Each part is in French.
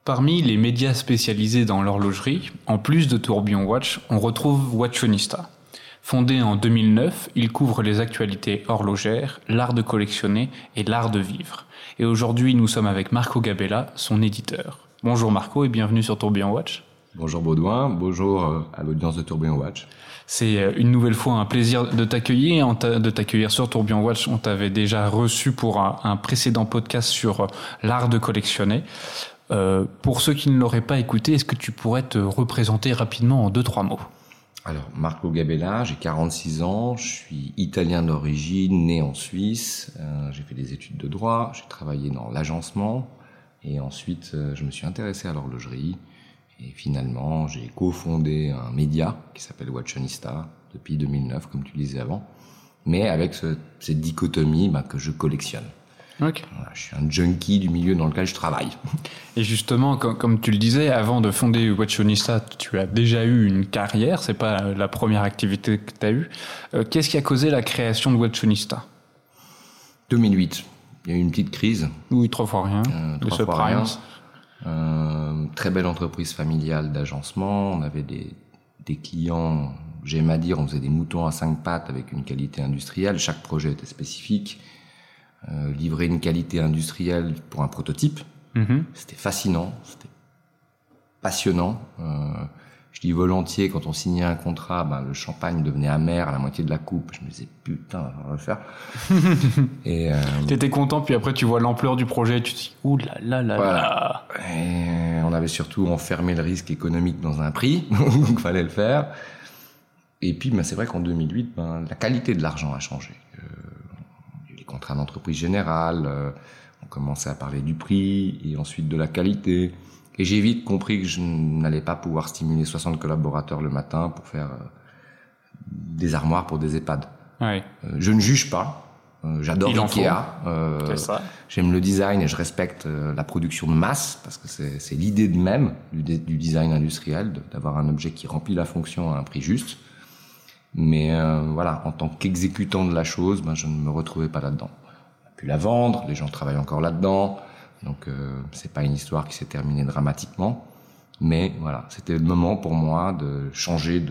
Parmi les médias spécialisés dans l'horlogerie, en plus de Tourbillon Watch, on retrouve Watchonista. Fondé en 2009, il couvre les actualités horlogères, l'art de collectionner et l'art de vivre. Et aujourd'hui, nous sommes avec Marco Gabella, son éditeur. Bonjour Marco et bienvenue sur Tourbillon Watch. Bonjour Baudouin, bonjour à l'audience de Tourbillon Watch. C'est une nouvelle fois un plaisir de t'accueillir sur Tourbillon Watch. On t'avait déjà reçu pour un précédent podcast sur l'art de collectionner. Pour ceux qui ne l'auraient pas écouté, est-ce que tu pourrais te représenter rapidement en 2-3 mots ? Alors, Marco Gabella, j'ai 46 ans, je suis italien d'origine, né en Suisse, j'ai fait des études de droit, j'ai travaillé dans l'agencement et ensuite je me suis intéressé à l'horlogerie et finalement j'ai cofondé un média qui s'appelle Watchonista depuis 2009, comme tu disais avant, mais avec cette dichotomie que je collectionne. Okay. Voilà, je suis un junkie du milieu dans lequel je travaille. Et justement, comme tu le disais, avant de fonder Watchonista, tu as déjà eu une carrière, c'est pas la première activité que tu as eue. Qu'est-ce qui a causé la création de Watchonista ? 2008, il y a eu une petite crise. Oui, 3 fois rien. 3 fois rien. Très belle entreprise familiale d'agencement. On avait des clients, j'aime à dire, on faisait des moutons à 5 pattes avec une qualité industrielle. Chaque projet était spécifique. Livrer une qualité industrielle pour un prototype, c'était fascinant, c'était passionnant. Je dis volontiers, quand on signait un contrat, le champagne devenait amer à la moitié de la coupe. Je me disais, putain, on va le faire. Et t'étais content, puis après tu vois l'ampleur du projet, et tu te dis, ouh là là là là. Et on avait surtout enfermé le risque économique dans un prix, donc il fallait le faire. Et puis, c'est vrai qu'en 2008, la qualité de l'argent a changé. Contrat d'entreprise générale, on commençait à parler du prix et ensuite de la qualité. Et j'ai vite compris que je n'allais pas pouvoir stimuler 60 collaborateurs le matin pour faire des armoires pour des EHPAD. Ouais. Je ne juge pas. J'adore Ikea. J'aime le design et je respecte la production de masse parce que c'est l'idée même du design industriel, d'avoir un objet qui remplit la fonction à un prix juste. Mais voilà, en tant qu'exécutant de la chose, je ne me retrouvais pas là-dedans. On a pu la vendre, les gens travaillent encore là-dedans, donc c'est pas une histoire qui s'est terminée dramatiquement. Mais voilà, c'était le moment pour moi de changer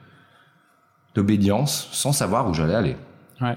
d'obédience sans savoir où j'allais aller. Ouais.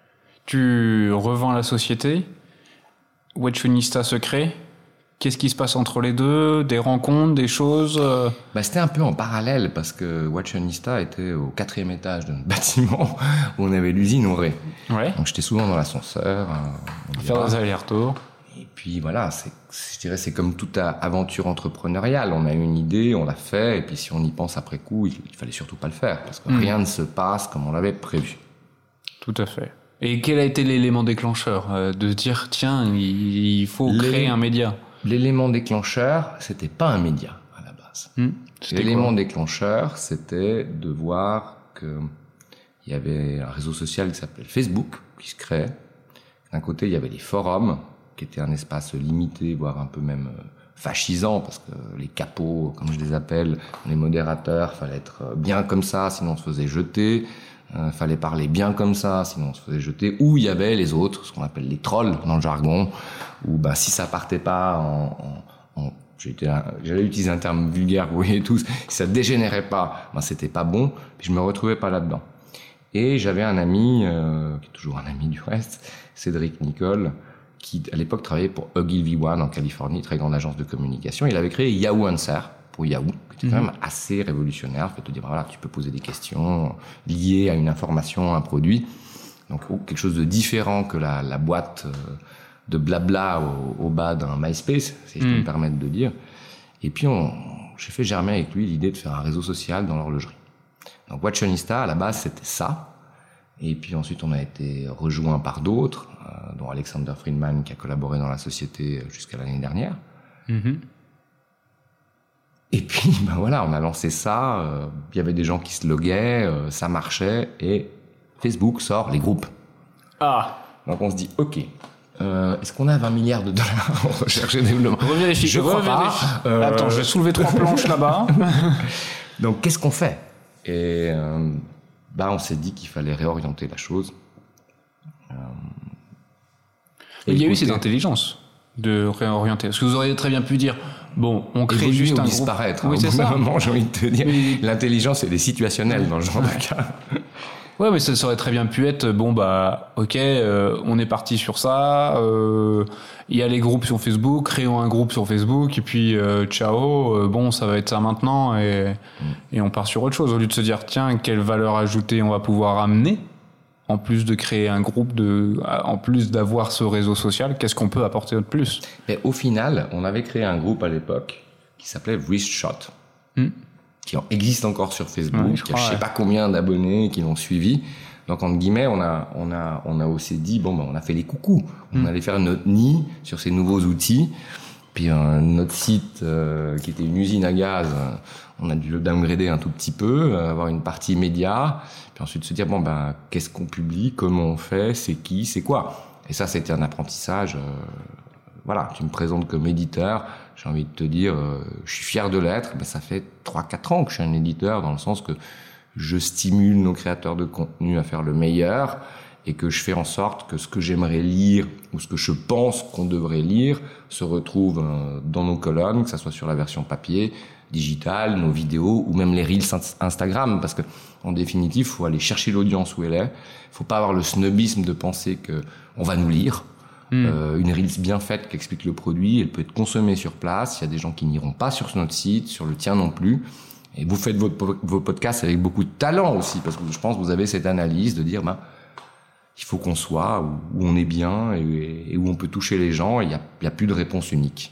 Tu revends la société, Watchonista se crée. Qu'est-ce qui se passe entre les deux ? Des rencontres, des choses C'était un peu en parallèle parce que Watchonista était au 4e étage de notre bâtiment où on avait l'usine Auré. Ouais. Donc j'étais souvent dans l'ascenseur. Faire des allers-retours. Et puis voilà, je dirais c'est comme toute aventure entrepreneuriale. On a une idée, on l'a fait, et puis si on y pense après coup, il fallait surtout pas le faire parce que rien ne se passe comme on l'avait prévu. Tout à fait. Et quel a été l'élément déclencheur de dire tiens, il faut créer un média ? L'élément déclencheur, c'était pas un média à la base. L'élément déclencheur, c'était de voir que il y avait un réseau social qui s'appelait Facebook, qui se créait. D'un côté, il y avait les forums, qui étaient un espace limité, voire un peu même fascisant, parce que les capots, comme je les appelle, les modérateurs, fallait être bien comme ça, sinon on se faisait jeter. Fallait parler bien comme ça, sinon on se faisait jeter. Ou il y avait les autres, ce qu'on appelle les trolls dans le jargon, où si ça partait pas j'allais utiliser un terme vulgaire, vous voyez tous, si ça dégénérait pas, c'était pas bon, puis je me retrouvais pas là-dedans. Et j'avais un ami, qui est toujours un ami du reste, Cédric Nicole, qui à l'époque travaillait pour Ogilvy One en Californie, très grande agence de communication. Il avait créé Yahoo Answer pour Yahoo, qui était quand même assez révolutionnaire. Il faut te dire, voilà, tu peux poser des questions liées à une information, un produit. Donc, quelque chose de différent que la boîte de blabla au bas d'un MySpace, si je peux me permettre de dire. Et puis, j'ai fait germer avec lui l'idée de faire un réseau social dans l'horlogerie. Donc, Watchonista, à la base, c'était ça. Et puis ensuite, on a été rejoint par d'autres, dont Alexander Friedman, qui a collaboré dans la société jusqu'à l'année dernière. Et puis, voilà, on a lancé ça. Il y avait des gens qui se loguaient, ça marchait, et Facebook sort les groupes. Donc on se dit, ok, est-ce qu'on a 20 milliards de dollars en recherche et développement ? Revérifie. Je crois pas. Attends, je vais soulever 3 planches là-bas. Donc qu'est-ce qu'on fait ? Et on s'est dit qu'il fallait réorienter la chose. Il y a eu cette intelligence de réorienter. Parce que vous auriez très bien pu dire, bon, on crée juste un disparaître. Groupe. Oui, c'est ça. Moment, j'ai envie de te dire, l'intelligence, elle est situationnelle dans ce genre de cas. Ouais, mais ça aurait très bien pu être, ok, on est parti sur ça, il y a les groupes sur Facebook, créons un groupe sur Facebook, et puis ciao, ça va être ça maintenant, et on part sur autre chose, au lieu de se dire, tiens, quelle valeur ajoutée on va pouvoir amener, en plus de créer un groupe, en plus d'avoir ce réseau social, qu'est-ce qu'on peut apporter de plus? Et au final, on avait créé un groupe à l'époque qui s'appelait Wrist Shot. Qui existe encore sur Facebook, qui a je sais pas combien d'abonnés qui l'ont suivi. Donc, entre guillemets, on a aussi dit, on a fait les coucous. On allait faire notre nid sur ces nouveaux outils. Puis, notre site, qui était une usine à gaz, on a dû le downgrader un tout petit peu, avoir une partie média. Puis ensuite se dire, qu'est-ce qu'on publie, comment on fait, c'est qui, c'est quoi. Et ça, c'était un apprentissage, tu me présentes comme éditeur, j'ai envie de te dire, je suis fier de l'être, mais ça fait 3-4 ans que je suis un éditeur, dans le sens que je stimule nos créateurs de contenu à faire le meilleur, et que je fais en sorte que ce que j'aimerais lire, ou ce que je pense qu'on devrait lire, se retrouve dans nos colonnes, que ça soit sur la version papier, digitale, nos vidéos, ou même les Reels Instagram, parce que, en définitive, faut aller chercher l'audience où elle est, faut pas avoir le snobisme de penser que on va nous lire. Une Reels bien faite qui explique le produit, elle peut être consommée sur place. Il y a des gens qui n'iront pas sur notre site, sur le tien non plus. Et vous faites vos podcasts avec beaucoup de talent aussi, parce que je pense que vous avez cette analyse de dire, il faut qu'on soit où on est bien et où on peut toucher les gens. Il y a plus de réponse unique.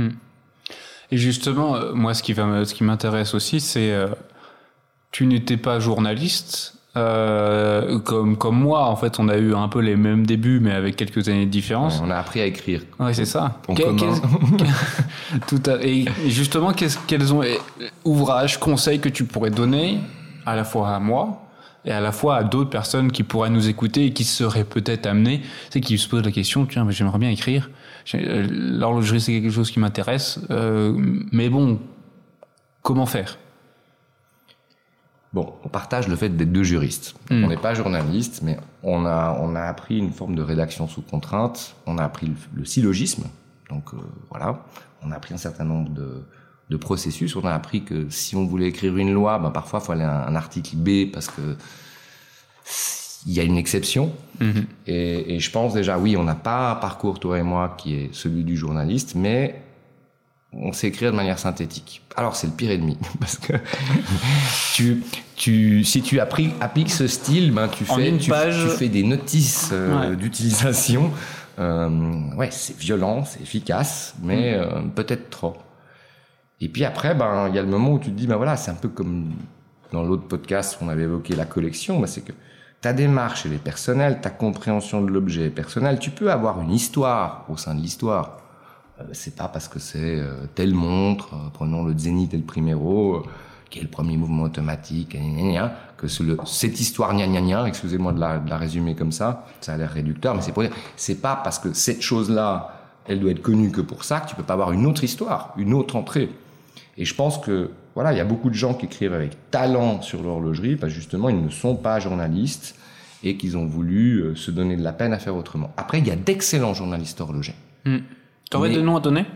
Et justement, moi, ce qui m'intéresse aussi, c'est tu n'étais pas journaliste. Comme moi, en fait, on a eu un peu les mêmes débuts, mais avec quelques années de différence. On a appris à écrire. Ouais, c'est ça. En commun. Et justement, quels ont ouvrages, conseils que tu pourrais donner à la fois à moi et à la fois à d'autres personnes qui pourraient nous écouter et qui seraient peut-être amenées, qui se posent la question, tiens, mais j'aimerais bien écrire. L'horlogerie, c'est quelque chose qui m'intéresse, mais comment faire? On partage le fait d'être deux juristes. On n'est pas journaliste, mais on a appris une forme de rédaction sous contrainte. On a appris le syllogisme. Donc, on a appris un certain nombre de processus. On a appris que si on voulait écrire une loi, parfois, il faut aller à un article B parce que il y a une exception. Et je pense déjà, oui, on n'a pas un parcours, toi et moi, qui est celui du journaliste, mais on sait écrire de manière synthétique. Alors, c'est le pire ennemi, parce que si tu appliques ce style, tu fais des notices d'utilisation. C'est violent, c'est efficace, mais peut-être trop. Et puis après, il y a le moment où tu te dis, c'est un peu comme dans l'autre podcast où on avait évoqué la collection, c'est que ta démarche, elle est personnelle, ta compréhension de l'objet est personnelle. Tu peux avoir une histoire au sein de l'histoire. C'est pas parce que c'est telle montre, prenons le Zenith et le Primero, qui est le premier mouvement automatique, que cette histoire excusez-moi de la résumer comme ça a l'air réducteur, mais c'est pour dire, c'est pas parce que cette chose-là, elle doit être connue que pour ça, que tu peux pas avoir une autre histoire, une autre entrée. Et je pense que, il y a beaucoup de gens qui écrivent avec talent sur l'horlogerie, parce que justement, ils ne sont pas journalistes et qu'ils ont voulu se donner de la peine à faire autrement. Après, il y a d'excellents journalistes horlogers. T'aurais des noms à donner?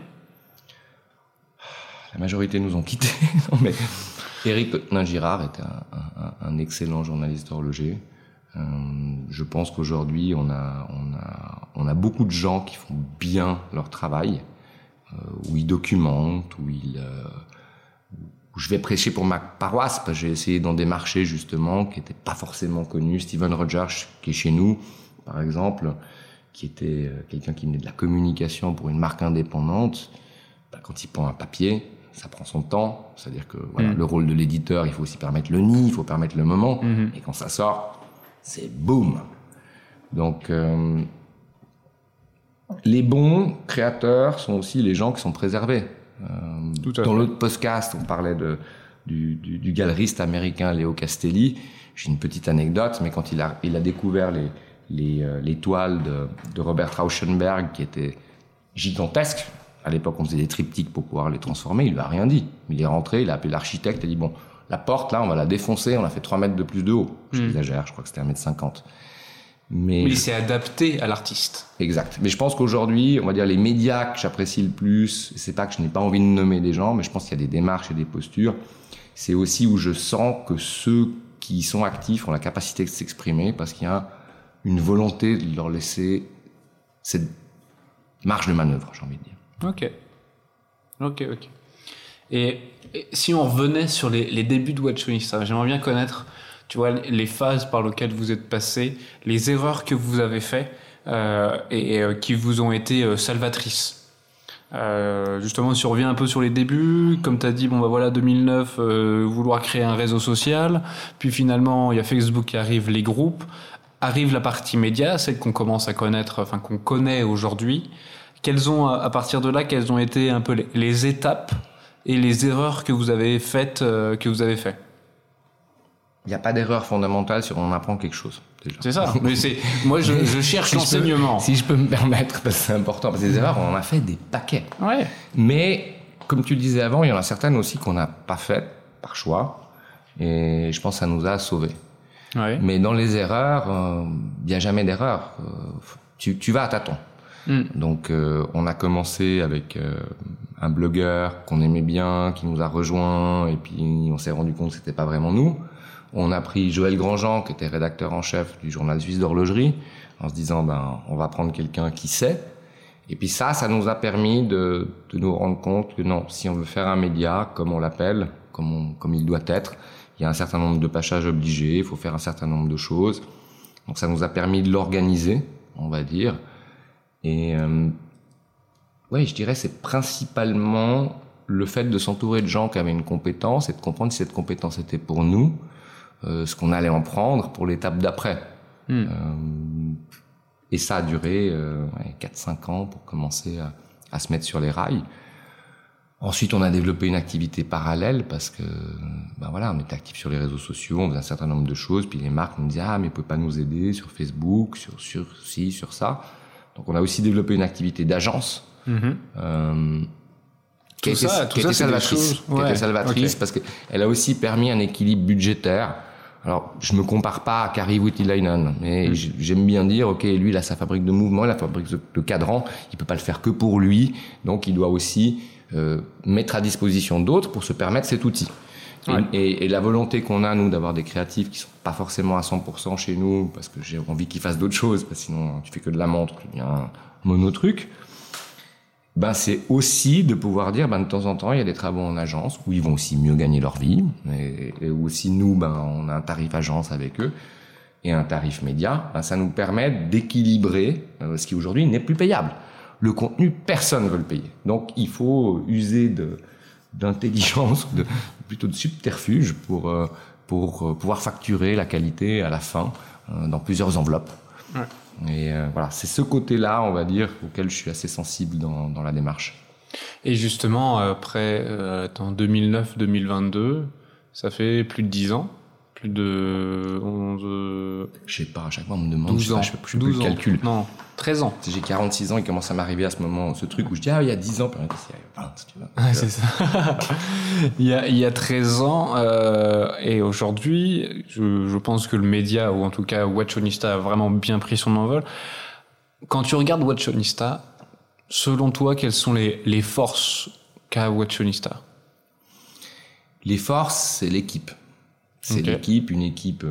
La majorité nous ont quittés. Non, mais Éric Hottelin-Girard était un excellent journaliste horloger. Je pense qu'aujourd'hui, on a beaucoup de gens qui font bien leur travail, où ils documentent, où je vais prêcher pour ma paroisse, parce que j'ai essayé dans des marchés, justement, qui n'étaient pas forcément connus. Steven Rogers, qui est chez nous, par exemple, qui était quelqu'un qui venait de la communication pour une marque indépendante, quand il prend un papier, ça prend son temps. C'est-à-dire que le rôle de l'éditeur, il faut aussi permettre le nid, il faut permettre le moment. Et quand ça sort, c'est boum. Donc, les bons créateurs sont aussi les gens qui sont préservés. Dans l'autre podcast, on parlait du galeriste américain Leo Castelli. J'ai une petite anecdote, mais quand il a découvert les toiles de Robert Rauschenberg qui étaient gigantesques. À l'époque, on faisait des triptyques pour pouvoir les transformer. Il lui a rien dit. Il est rentré, il a appelé l'architecte et dit, la porte, là, on va la défoncer. On a fait 3 mètres de plus de haut. J'exagère, je crois que c'était 1,50 m. Mais c'est adapté à l'artiste. Exact. Mais je pense qu'aujourd'hui, on va dire les médias que j'apprécie le plus, c'est pas que je n'ai pas envie de nommer des gens, mais je pense qu'il y a des démarches et des postures. C'est aussi où je sens que ceux qui sont actifs ont la capacité de s'exprimer parce qu'il y a une volonté de leur laisser cette marge de manœuvre, j'ai envie de dire. Ok. Et si on revenait sur les débuts de Watchonista, j'aimerais bien connaître, tu vois, les phases par lesquelles vous êtes passés, les erreurs que vous avez faites et qui vous ont été salvatrices. Justement, si on revient un peu sur les débuts, comme tu as dit, 2009, vouloir créer un réseau social, puis finalement, il y a Facebook qui arrive, les groupes, arrive la partie média, celle qu'on commence à connaître, enfin qu'on connaît aujourd'hui. À partir de là, quelles ont été un peu les étapes et les erreurs que vous avez faites, Il n'y a pas d'erreur fondamentale si on apprend quelque chose. Déjà. C'est ça. Mais moi, je cherche l'enseignement. Si je peux me permettre, parce que c'est important, parce que les erreurs, on en a fait des paquets. Ouais. Mais, comme tu le disais avant, il y en a certaines aussi qu'on n'a pas faites par choix. Et je pense que ça nous a sauvés. Ouais. Mais dans les erreurs, il n'y a jamais d'erreur. Tu vas à tâtons. Donc, on a commencé avec un blogueur qu'on aimait bien, qui nous a rejoints, et puis on s'est rendu compte que c'était pas vraiment nous. On a pris Joël Grandjean, qui était rédacteur en chef du journal suisse d'horlogerie, en se disant, on va prendre quelqu'un qui sait. Et puis ça nous a permis de nous rendre compte que non, si on veut faire un média, comme on l'appelle, comme il doit être, il y a un certain nombre de passages obligés, il faut faire un certain nombre de choses. Donc ça nous a permis de l'organiser, on va dire. Et je dirais c'est principalement le fait de s'entourer de gens qui avaient une compétence et de comprendre si cette compétence était pour nous, ce qu'on allait en prendre pour l'étape d'après. Et ça a duré 4-5 ans pour commencer à se mettre sur les rails. Ensuite, on a développé une activité parallèle parce que, on était actifs sur les réseaux sociaux, on faisait un certain nombre de choses, puis les marques nous disaient, mais vous pouvez pas nous aider sur Facebook, sur ci, sur ça. Donc, on a aussi développé une activité d'agence, qui a été salvatrice parce qu'elle a aussi permis un équilibre budgétaire. Alors, je me compare pas à Kari Voutilainen, mais j'aime bien dire, lui, il a sa fabrique de mouvements, il a sa fabrique de cadrans, il peut pas le faire que pour lui, donc il doit aussi mettre à disposition d'autres pour se permettre cet outil. Ouais. Et la volonté qu'on a, nous, d'avoir des créatifs qui sont pas forcément à 100% chez nous, parce que j'ai envie qu'ils fassent d'autres choses, parce que sinon, tu fais que de la montre, tu deviens un monotruc. C'est aussi de pouvoir dire, de temps en temps, il y a des travaux en agence où ils vont aussi mieux gagner leur vie, et aussi nous, on a un tarif agence avec eux, et un tarif média. Ça nous permet d'équilibrer ce qui aujourd'hui n'est plus payable. Le contenu, personne ne veut le payer. Donc, il faut user d'intelligence, plutôt de subterfuge pour pouvoir facturer la qualité à la fin dans plusieurs enveloppes. Ouais. Et c'est ce côté-là, on va dire, auquel je suis assez sensible dans la démarche. Et justement, après, en 2009-2022, ça fait plus de 10 ans. Plus de 11... Je sais pas, à chaque fois on me demande, 12 ans. Je fais plus le calcul. Non, 13 ans. J'ai 46 ans, il commence à m'arriver à ce moment, ce truc où je dis, il y a 10 ans, puis il y a 20, si tu veux. C'est ça. il y a 13 ans, et aujourd'hui, je pense que le média, ou en tout cas Watchonista, a vraiment bien pris son envol. Quand tu regardes Watchonista, selon toi, quelles sont les forces qu'a Watchonista ? Les forces, c'est l'équipe. C'est une équipe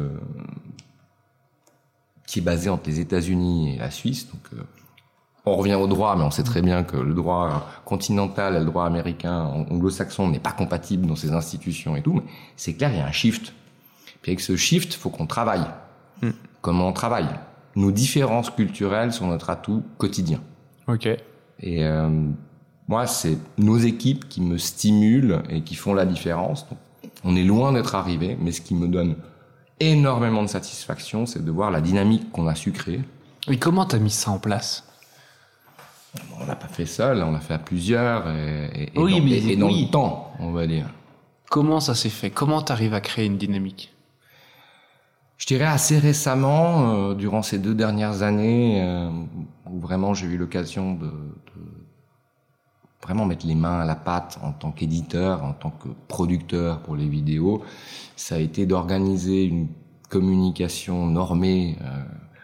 qui est basée entre les États-Unis et la Suisse. Donc, on revient au droit, mais on sait très bien que le droit continental et le droit américain, anglo-saxon, n'est pas compatible dans ces institutions et tout. Mais c'est clair, il y a un shift. Puis avec ce shift, il faut qu'on travaille. Comment on travaille ? Nos différences culturelles sont notre atout quotidien. Ok. Et moi, c'est nos équipes qui me stimulent et qui font la différence. Donc, on est loin d'être arrivé, mais ce qui me donne énormément de satisfaction, c'est de voir la dynamique qu'on a su créer. Et comment t'as mis ça en place ? On l'a pas fait seul, on l'a fait à plusieurs et dans le temps, on va dire. Comment ça s'est fait ? Comment t'arrives à créer une dynamique ? Je dirais assez récemment, durant ces 2 dernières années, où vraiment j'ai eu l'occasion de vraiment mettre les mains à la pâte en tant qu'éditeur, en tant que producteur pour les vidéos, ça a été d'organiser une communication normée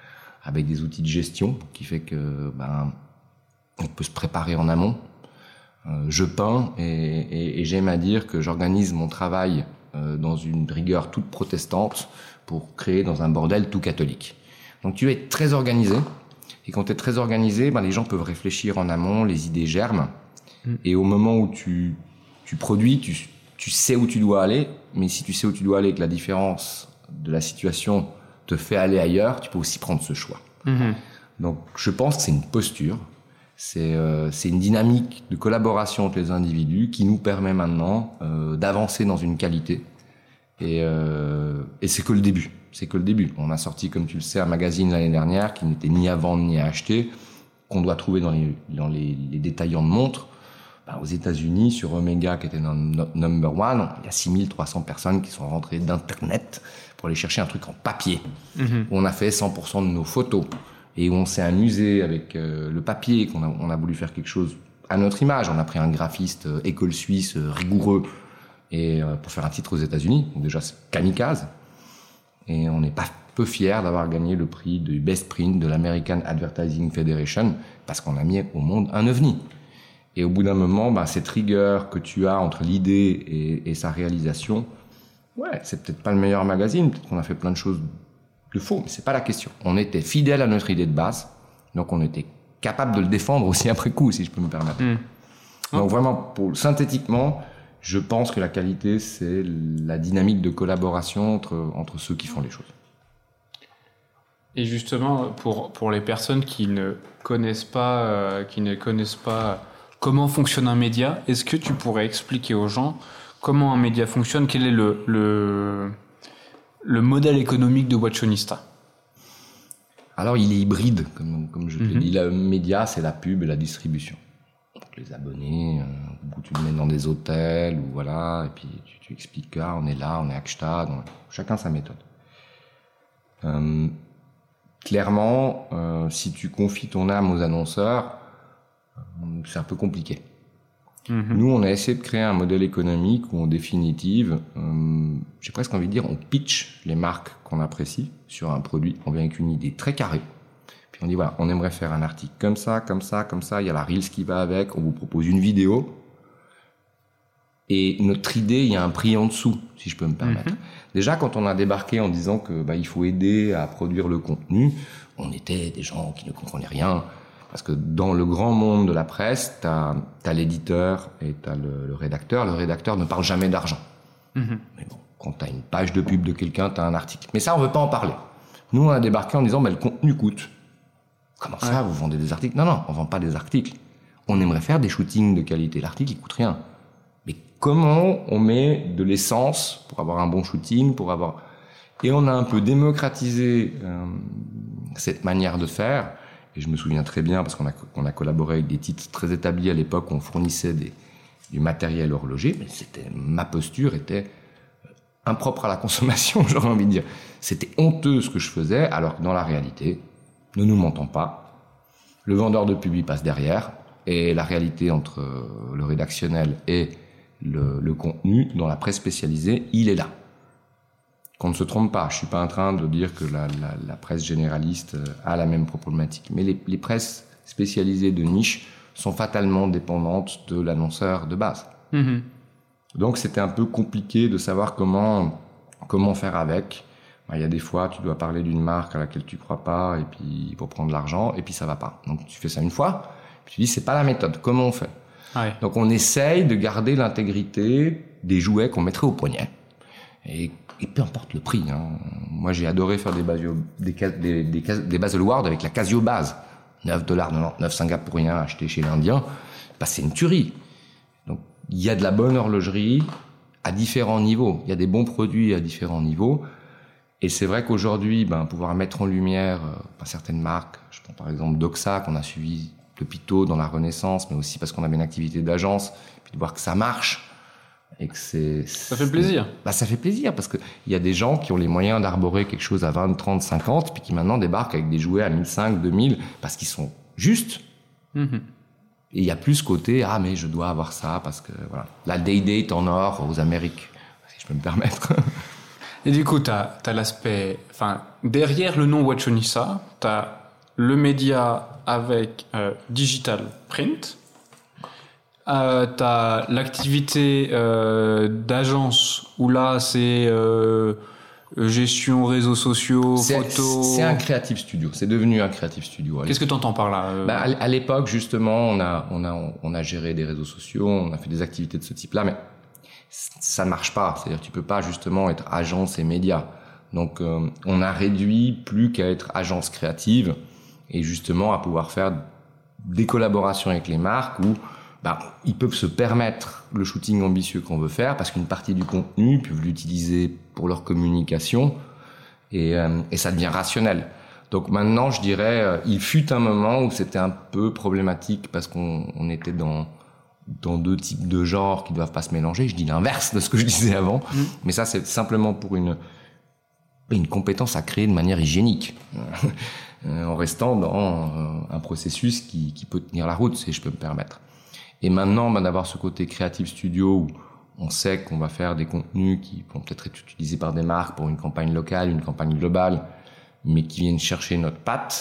avec des outils de gestion qui fait que on peut se préparer en amont. Je peins et j'aime à dire que j'organise mon travail dans une rigueur toute protestante pour créer dans un bordel tout catholique. Donc tu es très organisé, et quand tu es très organisé, les gens peuvent réfléchir en amont, les idées germent, et au moment où tu produis, tu sais où tu dois aller, mais si tu sais où tu dois aller et que la différence de la situation te fait aller ailleurs, tu peux aussi prendre ce choix. Donc je pense que c'est une posture, c'est une dynamique de collaboration entre les individus qui nous permet maintenant d'avancer dans une qualité, et c'est que le début. C'est que le début. On a sorti, comme tu le sais, un magazine l'année dernière qui n'était ni à vendre ni à acheter, qu'on doit trouver dans les détaillants de montres. Aux États-Unis, sur Omega, qui était notre number one, il y a 6300 personnes qui sont rentrées d'Internet pour aller chercher un truc en papier. Où on a fait 100% de nos photos et où on s'est amusé avec le papier, on a voulu faire quelque chose à notre image. On a pris un graphiste école suisse rigoureux et pour faire un titre aux États-Unis. Donc déjà, c'est kamikaze. Et on n'est pas peu fiers d'avoir gagné le prix du Best Print de l'American Advertising Federation parce qu'on a mis au monde un ovni. Et au bout d'un moment, cette rigueur que tu as entre l'idée et sa réalisation, c'est peut-être pas le meilleur magazine, peut-être qu'on a fait plein de choses de faux, mais c'est pas la question. On était fidèle à notre idée de base, donc on était capable de le défendre aussi après coup, si je peux me permettre. Donc vraiment, synthétiquement, je pense que la qualité, c'est la dynamique de collaboration entre ceux qui font les choses. Et justement, pour les personnes qui ne connaissent pas comment fonctionne un média, est-ce que tu pourrais expliquer aux gens comment un média fonctionne, quel est le modèle économique de Watchonista? Alors, il est hybride, comme je te dis. Le média, c'est la pub et la distribution. Donc, les abonnés, tu les mets dans des hôtels, ou voilà, et puis tu expliques on est là, on est à Gstaad, chacun sa méthode. Clairement, si tu confies ton âme aux annonceurs, c'est un peu compliqué. Nous, on a essayé de créer un modèle économique où, en définitive, j'ai presque envie de dire, on pitch les marques qu'on apprécie sur un produit. On vient avec une idée très carrée. Puis on dit, voilà, on aimerait faire un article comme ça, comme ça, comme ça. Il y a la Reels qui va avec. On vous propose une vidéo. Et notre idée, il y a un prix en dessous, si je peux me permettre. Déjà, quand on a débarqué en disant que il faut aider à produire le contenu, on était des gens qui ne comprenaient rien. Parce que dans le grand monde de la presse, t'as l'éditeur et t'as le rédacteur. Le rédacteur ne parle jamais d'argent. Mais bon, quand t'as une page de pub de quelqu'un, t'as un article. Mais ça, on veut pas en parler. Nous, on a débarqué en disant, le contenu coûte. Comment ça, vous vendez des articles? Non, on vend pas des articles. On aimerait faire des shootings de qualité. L'article, il coûte rien. Mais comment on met de l'essence pour avoir un bon shooting, Et on a un peu démocratisé cette manière de faire. Et je me souviens très bien, parce qu'on a collaboré avec des titres très établis à l'époque, où on fournissait du matériel horloger, mais ma posture était impropre à la consommation, j'aurais envie de dire. C'était honteux ce que je faisais, alors que dans la réalité, ne nous mentons pas, le vendeur de pub, il passe derrière, et la réalité entre le rédactionnel et le contenu, dans la presse spécialisée, il est là. Qu'on ne se trompe pas, je suis pas en train de dire que la presse généraliste a la même problématique. Mais les presses spécialisées de niche sont fatalement dépendantes de l'annonceur de base. Donc c'était un peu compliqué de savoir comment faire avec. Il y a des fois, tu dois parler d'une marque à laquelle tu crois pas, et puis pour prendre l'argent, et puis ça va pas. Donc tu fais ça une fois, puis tu dis c'est pas la méthode, comment on fait? Donc on essaye de garder l'intégrité des jouets qu'on mettrait au poignet. Et peu importe le prix. Moi, j'ai adoré faire des Baselworld avec la Casio base. $9,99 singapouriens achetés chez l'Indien. C'est une tuerie. Donc, il y a de la bonne horlogerie à différents niveaux. Il y a des bons produits à différents niveaux. Et c'est vrai qu'aujourd'hui, pouvoir mettre en lumière certaines marques, je prends par exemple Doxa, qu'on a suivi depuis tôt dans la Renaissance, mais aussi parce qu'on avait une activité d'agence, puis de voir que ça marche, et que ça fait plaisir. Ça fait plaisir, parce que il y a des gens qui ont les moyens d'arborer quelque chose à 20, 30, 50, puis qui maintenant débarquent avec des jouets à 1500, 2000, parce qu'ils sont justes. Et il y a plus ce côté, mais je dois avoir ça, parce que voilà. La Day-Date en or aux Amériques, si je peux me permettre. Et du coup, t'as l'aspect... Enfin, derrière le nom Watchonissa, t'as le média avec digital print. T'as l'activité d'agence où là, c'est gestion réseaux sociaux, photos... C'est un creative studio. C'est devenu un creative studio. Qu'est-ce que t'entends par là À l'époque, justement, on a géré des réseaux sociaux, on a fait des activités de ce type-là, mais ça ne marche pas. C'est-à-dire, tu peux pas justement être agence et média. Donc, on a réduit plus qu'à être agence créative et justement à pouvoir faire des collaborations avec les marques où ils peuvent se permettre le shooting ambitieux qu'on veut faire parce qu'une partie du contenu, ils peuvent l'utiliser pour leur communication et ça devient rationnel. Donc maintenant, je dirais, il fut un moment où c'était un peu problématique parce qu'on était dans deux types de genres qui doivent pas se mélanger. Je dis l'inverse de ce que je disais avant, mais ça c'est simplement pour une compétence à créer de manière hygiénique. En restant dans un processus qui peut tenir la route, si je peux me permettre. Et maintenant, d'avoir ce côté creative studio où on sait qu'on va faire des contenus qui vont peut-être être utilisés par des marques pour une campagne locale, une campagne globale, mais qui viennent chercher notre patte,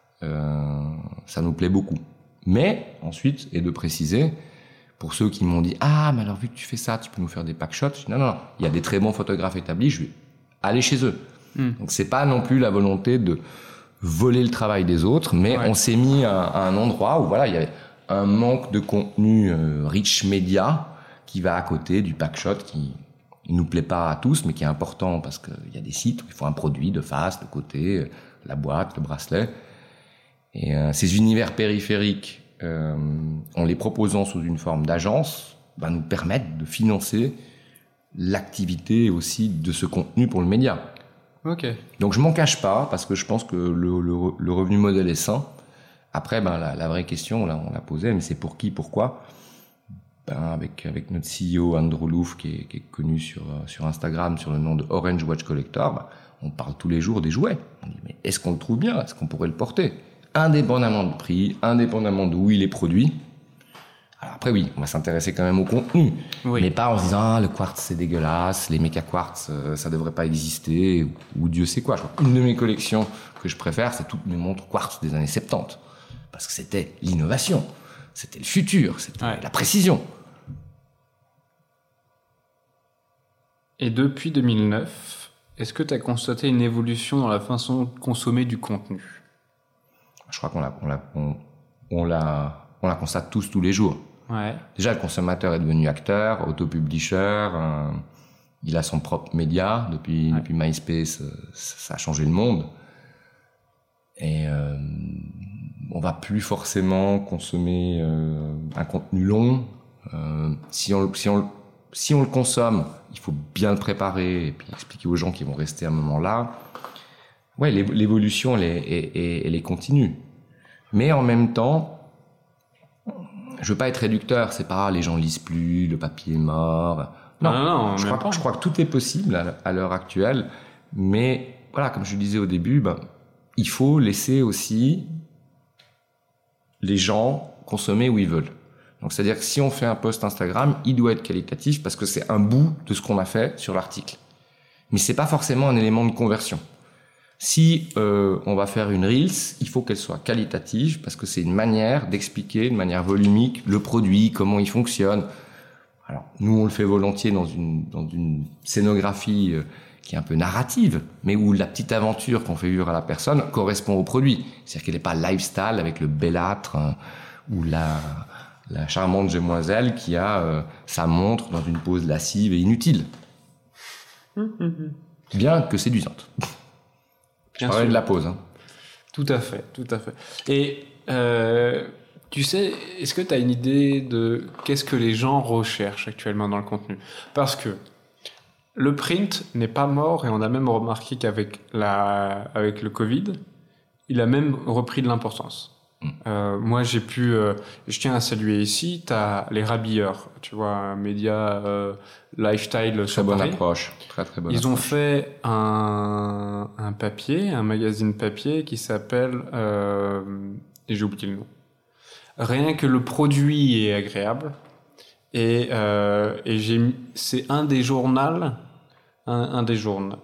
ça nous plaît beaucoup. Mais ensuite, et de préciser, pour ceux qui m'ont dit « Ah, mais alors vu que tu fais ça, tu peux nous faire des pack shots ?» Je dis « Non, il y a des très bons photographes établis, je vais aller chez eux. » Donc c'est pas non plus la volonté de voler le travail des autres, mais on s'est mis à un endroit où il y avait un manque de contenu rich média qui va à côté du packshot qui nous plaît pas à tous, mais qui est important parce qu'il y a des sites où il faut un produit de face, de côté, la boîte, le bracelet. Et ces univers périphériques, en les proposant sous une forme d'agence, nous permettent de financer l'activité aussi de ce contenu pour le média. Okay. Donc je m'en cache pas parce que je pense que le revenu modèle est sain. Après, la vraie question, là, on l'a posée, mais c'est pour qui, pourquoi? Avec notre CEO Andrew Louf qui est connu sur Instagram sur le nom de Orange Watch Collector, on parle tous les jours des jouets. On dit mais est-ce qu'on le trouve bien? Est-ce qu'on pourrait le porter? Indépendamment du prix, indépendamment d'où il est produit. Alors après oui, on va s'intéresser quand même au contenu, mais pas en se disant le quartz c'est dégueulasse, les méca quartz ça devrait pas exister ou Dieu sait quoi. Une de mes collections que je préfère, c'est toutes mes montres quartz des années 70 parce que c'était l'innovation, c'était le futur, c'était la précision. Et depuis 2009, est-ce que tu as constaté une évolution dans la façon de consommer du contenu? Je crois qu'on la constate tous les jours. Ouais. Déjà, le consommateur est devenu acteur, autopublisher, il a son propre média. Depuis MySpace, ça a changé le monde. Et on va plus forcément consommer un contenu long. Si on le consomme, il faut bien le préparer et puis expliquer aux gens qui vont rester à un moment là. Ouais, l'évolution, elle est continue. Mais en même temps, je veux pas être réducteur, c'est pas les gens lisent plus, le papier est mort. Non, je crois que tout est possible à l'heure actuelle, mais voilà, comme je le disais au début, il faut laisser aussi les gens consommer où ils veulent. Donc c'est-à-dire que si on fait un post Instagram, il doit être qualitatif parce que c'est un bout de ce qu'on a fait sur l'article. Mais c'est pas forcément un élément de conversion. Si on va faire une Reels, il faut qu'elle soit qualitative parce que c'est une manière d'expliquer de manière volumique le produit, comment il fonctionne. Alors nous on le fait volontiers dans une scénographie qui est un peu narrative, mais où la petite aventure qu'on fait vivre à la personne correspond au produit. C'est-à-dire qu'elle n'est pas lifestyle avec le bellâtre ou la charmante demoiselle qui a sa montre dans une pose lascive et inutile. Bien que séduisante. Je parlais de la pause. Tout à fait. Et tu sais, est-ce que tu as une idée de qu'est-ce que les gens recherchent actuellement dans le contenu? Parce que le print n'est pas mort et on a même remarqué qu'avec le Covid, il a même repris de l'importance. Moi, je tiens à saluer ici, t'as les Rabilleurs, tu vois, un média lifestyle. Très bonne approche, très bonne approche. Ils ont fait un magazine papier qui s'appelle, et j'ai oublié le nom. Rien que le produit est agréable, et c'est un des journaux un des journaux,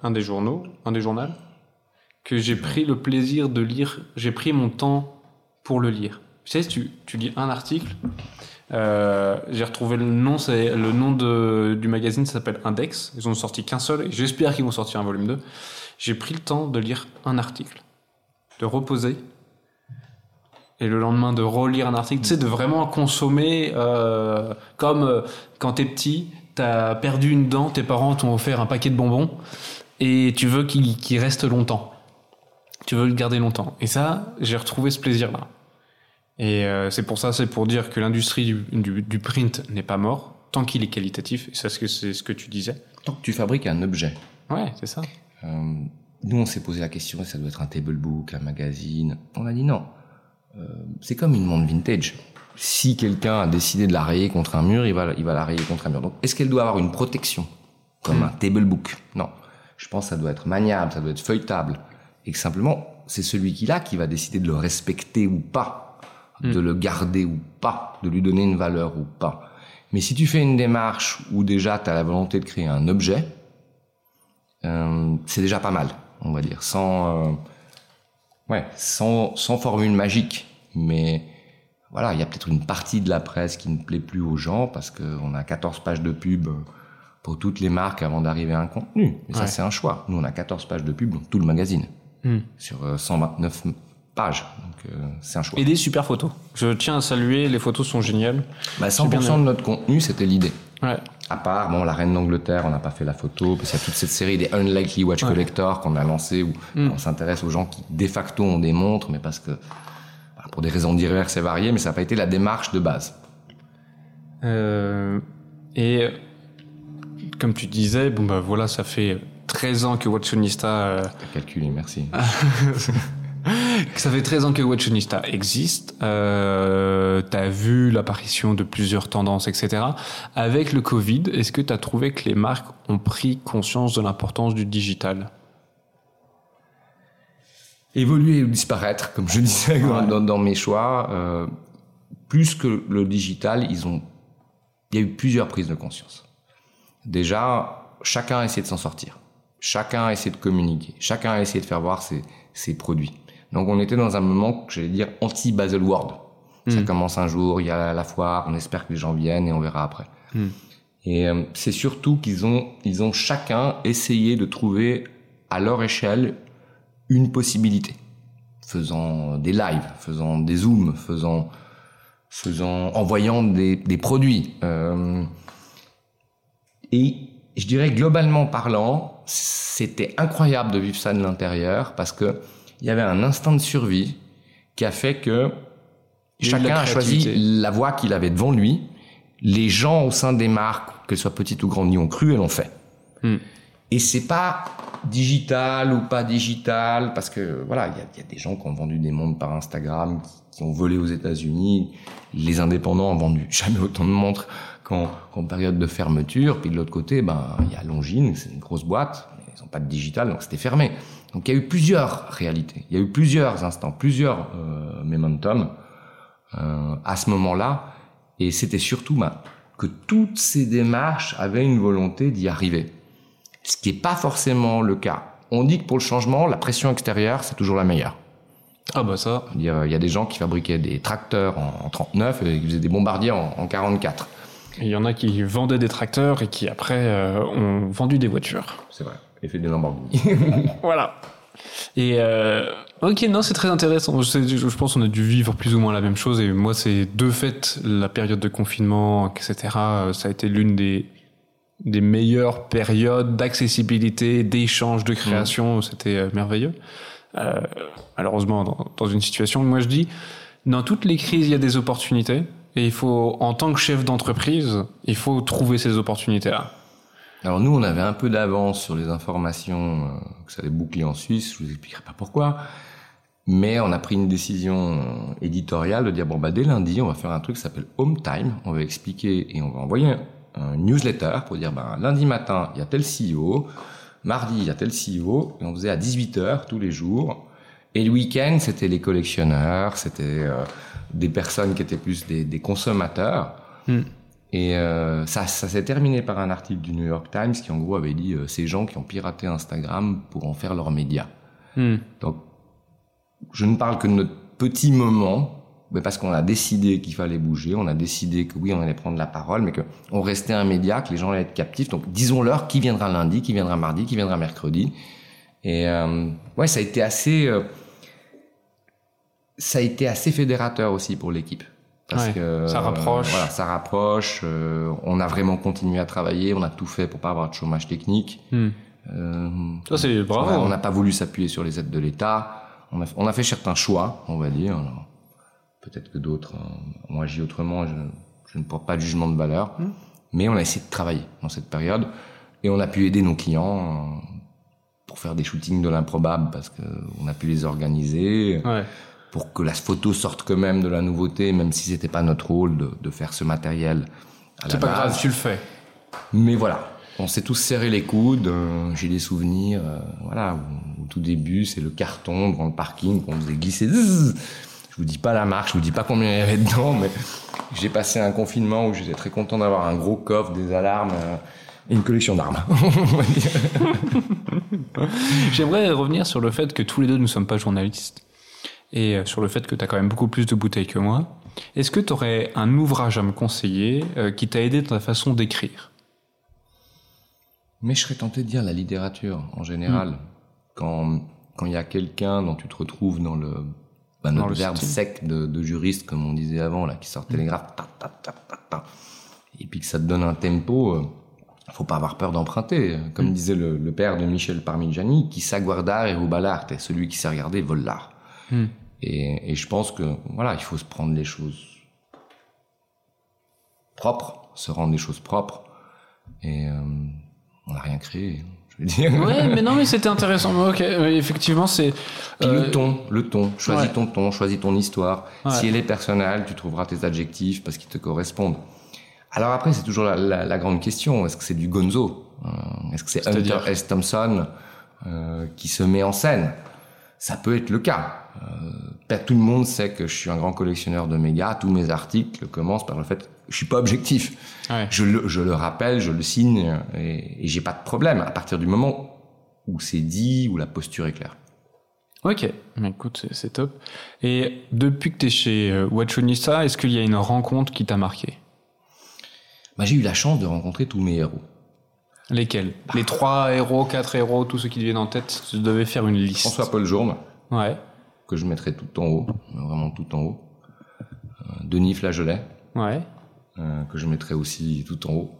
que j'ai pris le plaisir de lire. J'ai pris mon temps pour le lire. Tu sais, tu lis un article. J'ai retrouvé le nom, c'est le nom du magazine, ça s'appelle Index. Ils ont sorti qu'un seul et j'espère qu'ils vont sortir un volume 2. J'ai pris le temps de lire un article, de reposer et le lendemain de relire un article, tu sais, de vraiment consommer comme quand t'es petit, t'as perdu une dent, tes parents t'ont offert un paquet de bonbons et tu veux qu'il reste longtemps. Tu veux le garder longtemps. Et ça, j'ai retrouvé ce plaisir-là. Et c'est pour dire que l'industrie du print n'est pas mort, tant qu'il est qualitatif, et c'est ce que tu disais. Tant que tu fabriques un objet. Ouais, c'est ça. Nous, on s'est posé la question, ça doit être un table book, un magazine. On a dit non. C'est comme une montre vintage. Si quelqu'un a décidé de la rayer contre un mur, il va la rayer contre un mur. Donc, est-ce qu'elle doit avoir une protection comme un table book? Non. Je pense que ça doit être maniable, ça doit être feuilletable. Et que simplement, c'est celui qui l'a qui va décider de le respecter ou pas, de le garder ou pas, de lui donner une valeur ou pas. Mais si tu fais une démarche où déjà tu as la volonté de créer un objet, c'est déjà pas mal, on va dire, sans formule magique. Mais voilà, il y a peut-être une partie de la presse qui ne plaît plus aux gens parce qu'on a 14 pages de pub pour toutes les marques avant d'arriver à un contenu. Mais ça, c'est un choix. Nous, on a 14 pages de pub dans tout le magazine, sur 129 pages. Donc, c'est un choix. Et des super photos. Je tiens à saluer, les photos sont géniales. 100% de notre contenu, c'était l'idée. Ouais. À part, la Reine d'Angleterre, on n'a pas fait la photo, parce qu'il y a toute cette série des Unlikely Watch Collector qu'on a lancé, où on s'intéresse aux gens qui, de facto, ont des montres, mais parce que, pour des raisons diverses et variées, mais ça n'a pas été la démarche de base. Et, comme tu disais, voilà, ça fait 13 ans que Watchonista... T'as calculé, merci. Ça fait 13 ans que Watchonista existe. T'as vu l'apparition de plusieurs tendances, etc. Avec le Covid, est-ce que t'as trouvé que les marques ont pris conscience de l'importance du digital? Évoluer ou disparaître, comme je disais dans mes choix. Plus que le digital, il y a eu plusieurs prises de conscience. Déjà, chacun a essayé de s'en sortir. Chacun a essayé de communiquer. Chacun a essayé de faire voir ses produits. Donc on était dans un moment, j'allais dire, anti-Baselworld. Ça commence un jour, il y a la foire, on espère que les gens viennent et on verra après. Et c'est surtout qu'ils ont chacun essayé de trouver à leur échelle une possibilité. Faisant des lives, faisant des zooms, envoyant des produits. Et je dirais globalement parlant, c'était incroyable de vivre ça de l'intérieur parce que il y avait un instinct de survie qui a fait que chacun a choisi la voie qu'il avait devant lui. Les gens au sein des marques, qu'elles soient petites ou grandes, y ont cru et l'ont fait. Et c'est pas digital ou pas digital, parce que voilà, il y a des gens qui ont vendu des montres par Instagram, qui ont volé aux États-Unis. Les indépendants ont vendu jamais autant de montres qu'en période de fermeture. Puis de l'autre côté, il y a Longines, c'est une grosse boîte, mais ils n'ont pas de digital, donc c'était fermé. Donc il y a eu plusieurs réalités, il y a eu plusieurs instants, plusieurs momentum à ce moment-là, et c'était surtout que toutes ces démarches avaient une volonté d'y arriver. Ce qui n'est pas forcément le cas. On dit que pour le changement, la pression extérieure, c'est toujours la meilleure. Ah ça. Il y a des gens qui fabriquaient des tracteurs en 39 et qui faisaient des bombardiers en 44. Il y en a qui vendaient des tracteurs et qui après ont vendu des voitures. C'est vrai. Et fait des Lamborghini. Voilà. Et ok, non, c'est très intéressant. Je pense qu'on a dû vivre plus ou moins la même chose. Et moi, c'est de fait la période de confinement, etc. Ça a été l'une des meilleures périodes d'accessibilité, d'échange, de création. C'était merveilleux. Malheureusement, dans une situation, moi je dis, dans toutes les crises, il y a des opportunités. Et il faut, en tant que chef d'entreprise, il faut trouver ces opportunités-là. Alors nous, on avait un peu d'avance sur les informations que ça allait boucler en Suisse. Je vous expliquerai pas pourquoi. Mais on a pris une décision éditoriale de dire, dès lundi, on va faire un truc qui s'appelle Home Time. On va expliquer et on va envoyer un newsletter pour dire, lundi matin, il y a tel CEO. Mardi, il y a tel CEO. Et on faisait à 18h tous les jours. Et le week-end, c'était les collectionneurs, c'était des personnes qui étaient plus des consommateurs. Et ça s'est terminé par un article du New York Times qui en gros avait dit ces gens qui ont piraté Instagram pour en faire leur média. Donc je ne parle que de notre petit moment, mais parce qu'on a décidé qu'il fallait bouger, on a décidé que oui on allait prendre la parole, mais qu'on restait un média, que les gens allaient être captifs. Donc disons-leur qui viendra lundi, qui viendra mardi, qui viendra mercredi. Et ça a été assez fédérateur aussi pour l'équipe. Parce que ça rapproche. Ça rapproche. On a vraiment continué à travailler. On a tout fait pour pas avoir de chômage technique. Ça c'est bravo. On n'a pas voulu s'appuyer sur les aides de l'État. On a fait certains choix, on va dire. Alors, peut-être que d'autres ont agi autrement. Je ne porte pas de jugement de valeur. Mais on a essayé de travailler dans cette période et on a pu aider nos clients pour faire des shootings de l'improbable parce que on a pu les organiser. Pour que la photo sorte quand même de la nouveauté, même si c'était pas notre rôle de faire ce matériel à la base. C'est pas grave, tu le fais. Mais voilà, on s'est tous serré les coudes. J'ai des souvenirs, au tout début, c'est le carton devant le parking qu'on faisait glisser. Je vous dis pas la marque, je vous dis pas combien il y avait dedans, mais j'ai passé un confinement où j'étais très content d'avoir un gros coffre, des alarmes et une collection d'armes. J'aimerais revenir sur le fait que tous les deux ne sommes pas journalistes. Et sur le fait que tu as quand même beaucoup plus de bouteilles que moi. Est-ce que tu aurais un ouvrage à me conseiller qui t'a aidé dans ta façon d'écrire ? Mais je serais tenté de dire la littérature, en général. Quand il y a quelqu'un dont tu te retrouves dans notre verbe sec de juriste, comme on disait avant, là, qui sort télégraphe, et puis que ça te donne un tempo, faut pas avoir peur d'emprunter. Comme disait le père de Michel Parmigiani, qui sa guardare et ruba l'arte, et celui qui sait regarder vole l'art. Et je pense que il faut se prendre les choses propres, se rendre les choses propres, et on n'a rien créé, je veux dire. Ouais, mais c'était intéressant. Ok, effectivement, c'est. Puis le ton. Choisis ton ton, choisis ton histoire. Si elle est personnelle, tu trouveras tes adjectifs parce qu'ils te correspondent. Alors après, c'est toujours la grande question. Est-ce que c'est du Gonzo ? Est-ce que c'est Hunter S. Thompson qui se met en scène ? Ça peut être le cas. Tout le monde sait que je suis un grand collectionneur de méga. Tous mes articles commencent par le fait que je suis pas objectif. Je le rappelle, je le signe et j'ai pas de problème à partir du moment où c'est dit, où la posture est claire. Ok, écoute, c'est top. Et depuis que tu es chez Watchonista, est-ce qu'il y a une rencontre qui t'a marqué ? J'ai eu la chance de rencontrer tous mes héros. Lesquels ? Les 3 héros, 4 héros, tous ceux qui te viennent en tête, si tu devais faire une liste. François-Paul Jourme. Que je mettrais tout en haut, vraiment tout en haut. Denis Flageolet. Que je mettrais aussi tout en haut.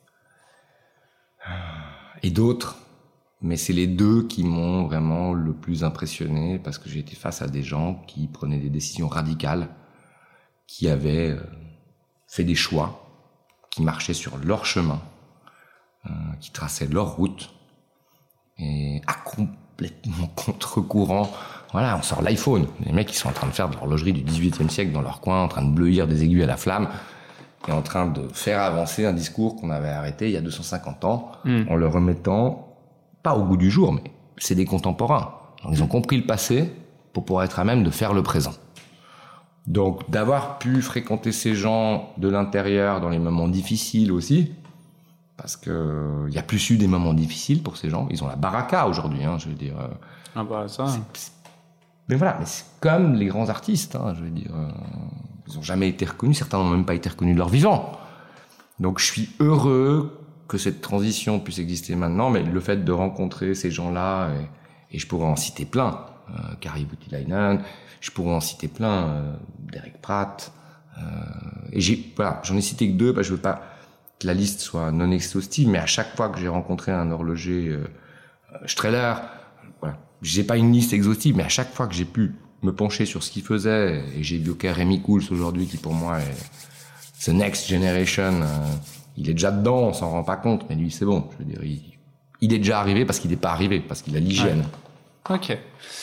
Et d'autres. Mais c'est les deux qui m'ont vraiment le plus impressionné parce que j'ai été face à des gens qui prenaient des décisions radicales, qui avaient fait des choix, qui marchaient sur leur chemin, qui traçaient leur route et à complètement contre-courant. On sort l'iPhone. Les mecs, ils sont en train de faire de l'horlogerie du XVIIIe siècle dans leur coin, en train de bleuir des aiguilles à la flamme et en train de faire avancer un discours qu'on avait arrêté il y a 250 ans en le remettant, pas au goût du jour, mais c'est des contemporains. Donc, ils ont compris le passé pour pouvoir être à même de faire le présent. Donc, d'avoir pu fréquenter ces gens de l'intérieur dans les moments difficiles aussi, parce que il y a plus eu des moments difficiles pour ces gens. Ils ont la baraka aujourd'hui, je veux dire. Ça. Mais mais c'est comme les grands artistes, je veux dire. Ils n'ont jamais été reconnus, certains n'ont même pas été reconnus de leur vivant. Donc, je suis heureux que cette transition puisse exister maintenant, mais le fait de rencontrer ces gens-là, et je pourrais en citer plein, Kari Voutilainen, je pourrais en citer plein, Derek Pratt, et j'en ai cité que 2, je veux pas que la liste soit non exhaustive, mais à chaque fois que j'ai rencontré un horloger, Streller, j'ai pas une liste exhaustive, mais à chaque fois que j'ai pu me pencher sur ce qu'il faisait, et j'ai évoqué Rémi Couls aujourd'hui, qui pour moi est the next generation, il est déjà dedans, on s'en rend pas compte, mais lui c'est bon, je veux dire, il est déjà arrivé parce qu'il n'est pas arrivé, parce qu'il a l'hygiène. Ok.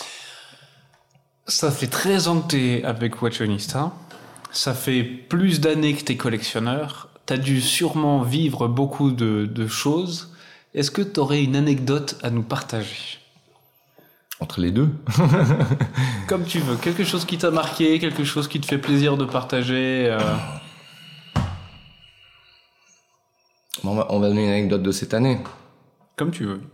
Ça fait 13 ans que t'es avec Watchonista, ça fait plus d'années que t'es collectionneur, t'as dû sûrement vivre beaucoup de choses. Est-ce que t'aurais une anecdote à nous partager ? Entre les deux. Comme tu veux. Quelque chose qui t'a marqué, quelque chose qui te fait plaisir de partager. On va donner une anecdote de cette année. Comme tu veux.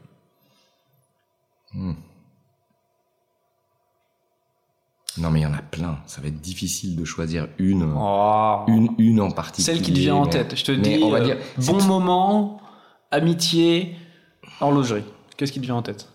Non, mais il y en a plein. Ça va être difficile de choisir une en particulier. Celle qui te vient en tête. Je te dis, on va dire, bon moment, amitié, horlogerie. Qu'est-ce qui te vient en tête?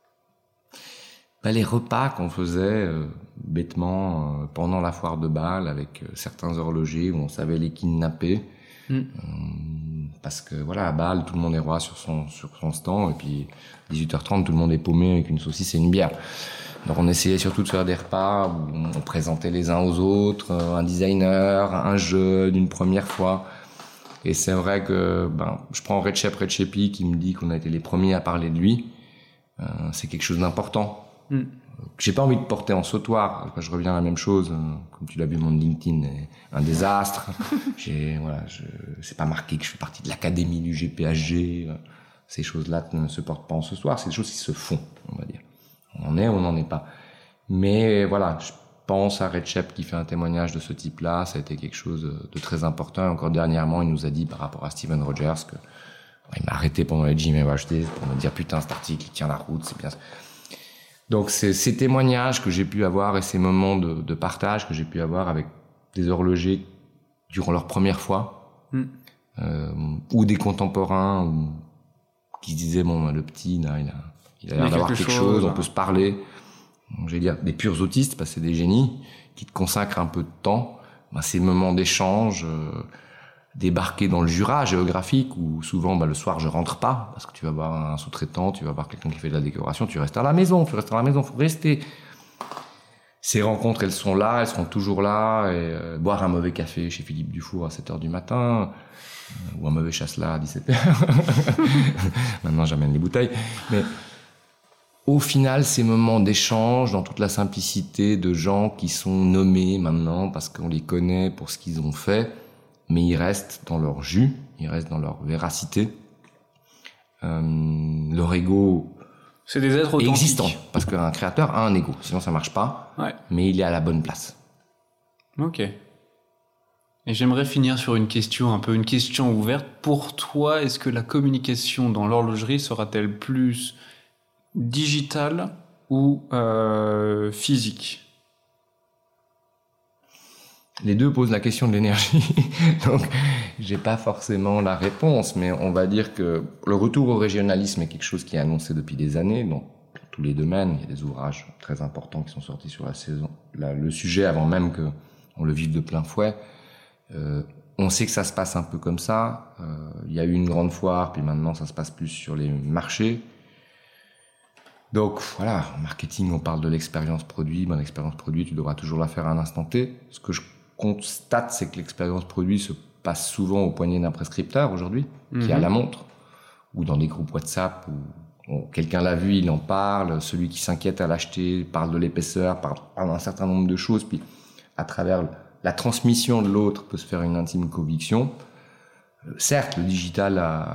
Les repas qu'on faisait bêtement pendant la foire de Bâle avec certains horlogers où on savait les kidnapper. Parce que voilà, à Bâle, tout le monde est roi sur son stand, et puis 18h30, tout le monde est paumé avec une saucisse et une bière. Donc on essayait surtout de faire des repas où on présentait les uns aux autres, un designer, un jeune, une première fois. Et c'est vrai que je prends Recep Recepi qui me dit qu'on a été les premiers à parler de lui. C'est quelque chose d'important. J'ai pas envie de porter en sautoir. Je reviens à la même chose. Comme tu l'as vu, mon LinkedIn est un désastre. C'est pas marqué que je fais partie de l'académie du GPHG. Ces choses-là ne se portent pas en sautoir. C'est des choses qui se font, on va dire. On en est ou on n'en est pas. Mais voilà, je pense à Recep qui fait un témoignage de ce type-là. Ça a été quelque chose de très important. Et encore dernièrement, il nous a dit par rapport à Steven Rogers que il m'a arrêté pendant les GMWHD pour me dire putain, cet article, il tient la route, c'est bien. Donc c'est ces témoignages que j'ai pu avoir et ces moments de partage que j'ai pu avoir avec des horlogers durant leur première fois, ou des contemporains qui se disaient le petit là, il a l'air d'avoir quelque chose, on peut se parler. Donc, je vais dire des purs autistes parce que c'est des génies qui te consacrent un peu de temps. Ces moments d'échange, débarquer dans le Jura géographique où souvent le soir je rentre pas parce que tu vas voir un sous-traitant, tu vas voir quelqu'un qui fait de la décoration, tu restes à la maison, faut rester. Ces rencontres, elles sont là, elles seront toujours là, et boire un mauvais café chez Philippe Dufour à 7h du matin, ou un mauvais chasselas à 17h. Maintenant j'amène les bouteilles. Mais au final, ces moments d'échange, dans toute la simplicité de gens qui sont nommés maintenant parce qu'on les connaît pour ce qu'ils ont fait, mais ils restent dans leur jus, ils restent dans leur véracité. Leur ego, c'est des êtres authentiques. Existant, parce qu'un créateur a un ego, sinon ça marche pas, mais il est à la bonne place. Ok. Et j'aimerais finir sur une question ouverte. Pour toi, est-ce que la communication dans l'horlogerie sera-t-elle plus digitale ou physique? Les deux posent la question de l'énergie, donc j'ai pas forcément la réponse, mais on va dire que le retour au régionalisme est quelque chose qui est annoncé depuis des années, dans tous les domaines. Il y a des ouvrages très importants qui sont sortis sur la saison, le sujet avant même que on le vive de plein fouet. On sait que ça se passe un peu comme ça. Il y a eu une grande foire, puis maintenant ça se passe plus sur les marchés. Donc voilà, en marketing, on parle de l'expérience produit. L'expérience produit, tu devras toujours la faire à un instant T. Ce que je constate, c'est que l'expérience produit se passe souvent au poignet d'un prescripteur aujourd'hui, qui a la montre, ou dans des groupes WhatsApp où quelqu'un l'a vu, il en parle. Celui qui s'inquiète à l'acheter parle de l'épaisseur, parle d'un certain nombre de choses. Puis à travers la transmission de l'autre peut se faire une intime conviction. Certes, le digital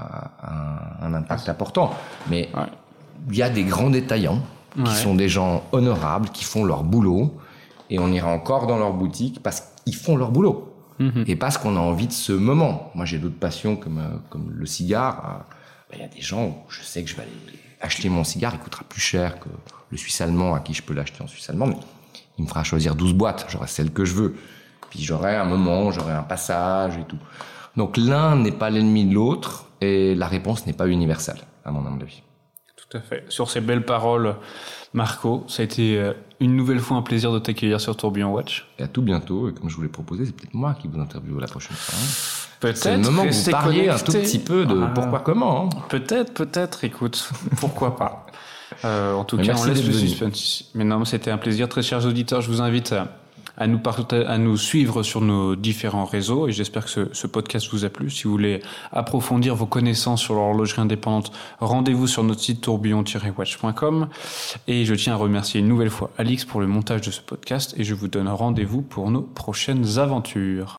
a un impact important, mais il y a des grands détaillants qui sont des gens honorables, qui font leur boulot, et on ira encore dans leur boutique parce qu'ils font leur boulot. Et parce qu'on a envie de ce moment. Moi, j'ai d'autres passions comme le cigare. Il y a des gens où je sais que je vais aller acheter mon cigare, il coûtera plus cher que le Suisse allemand à qui je peux l'acheter en Suisse allemand, mais il me fera choisir 12 boîtes, j'aurai celle que je veux. Puis j'aurai un moment, j'aurai un passage et tout. Donc l'un n'est pas l'ennemi de l'autre, et la réponse n'est pas universelle, à mon humble avis. Tout à fait. Sur ces belles paroles, Marco, ça a été une nouvelle fois un plaisir de t'accueillir sur Tourbillon Watch. Et à tout bientôt, et comme je vous l'ai proposé, c'est peut-être moi qui vous interviewe la prochaine fois. Peut-être. C'est le moment où vous parliez un tout petit peu de pourquoi, comment. Peut-être, écoute, pourquoi pas. En tout cas, on laisse le suspense ici. Mais non, c'était un plaisir. Très chers auditeurs, je vous invite à nous suivre sur nos différents réseaux, et j'espère que ce podcast vous a plu. Si vous voulez approfondir vos connaissances sur l'horlogerie indépendante, rendez-vous sur notre site tourbillon-watch.com, et je tiens à remercier une nouvelle fois Alix pour le montage de ce podcast, et je vous donne rendez-vous pour nos prochaines aventures.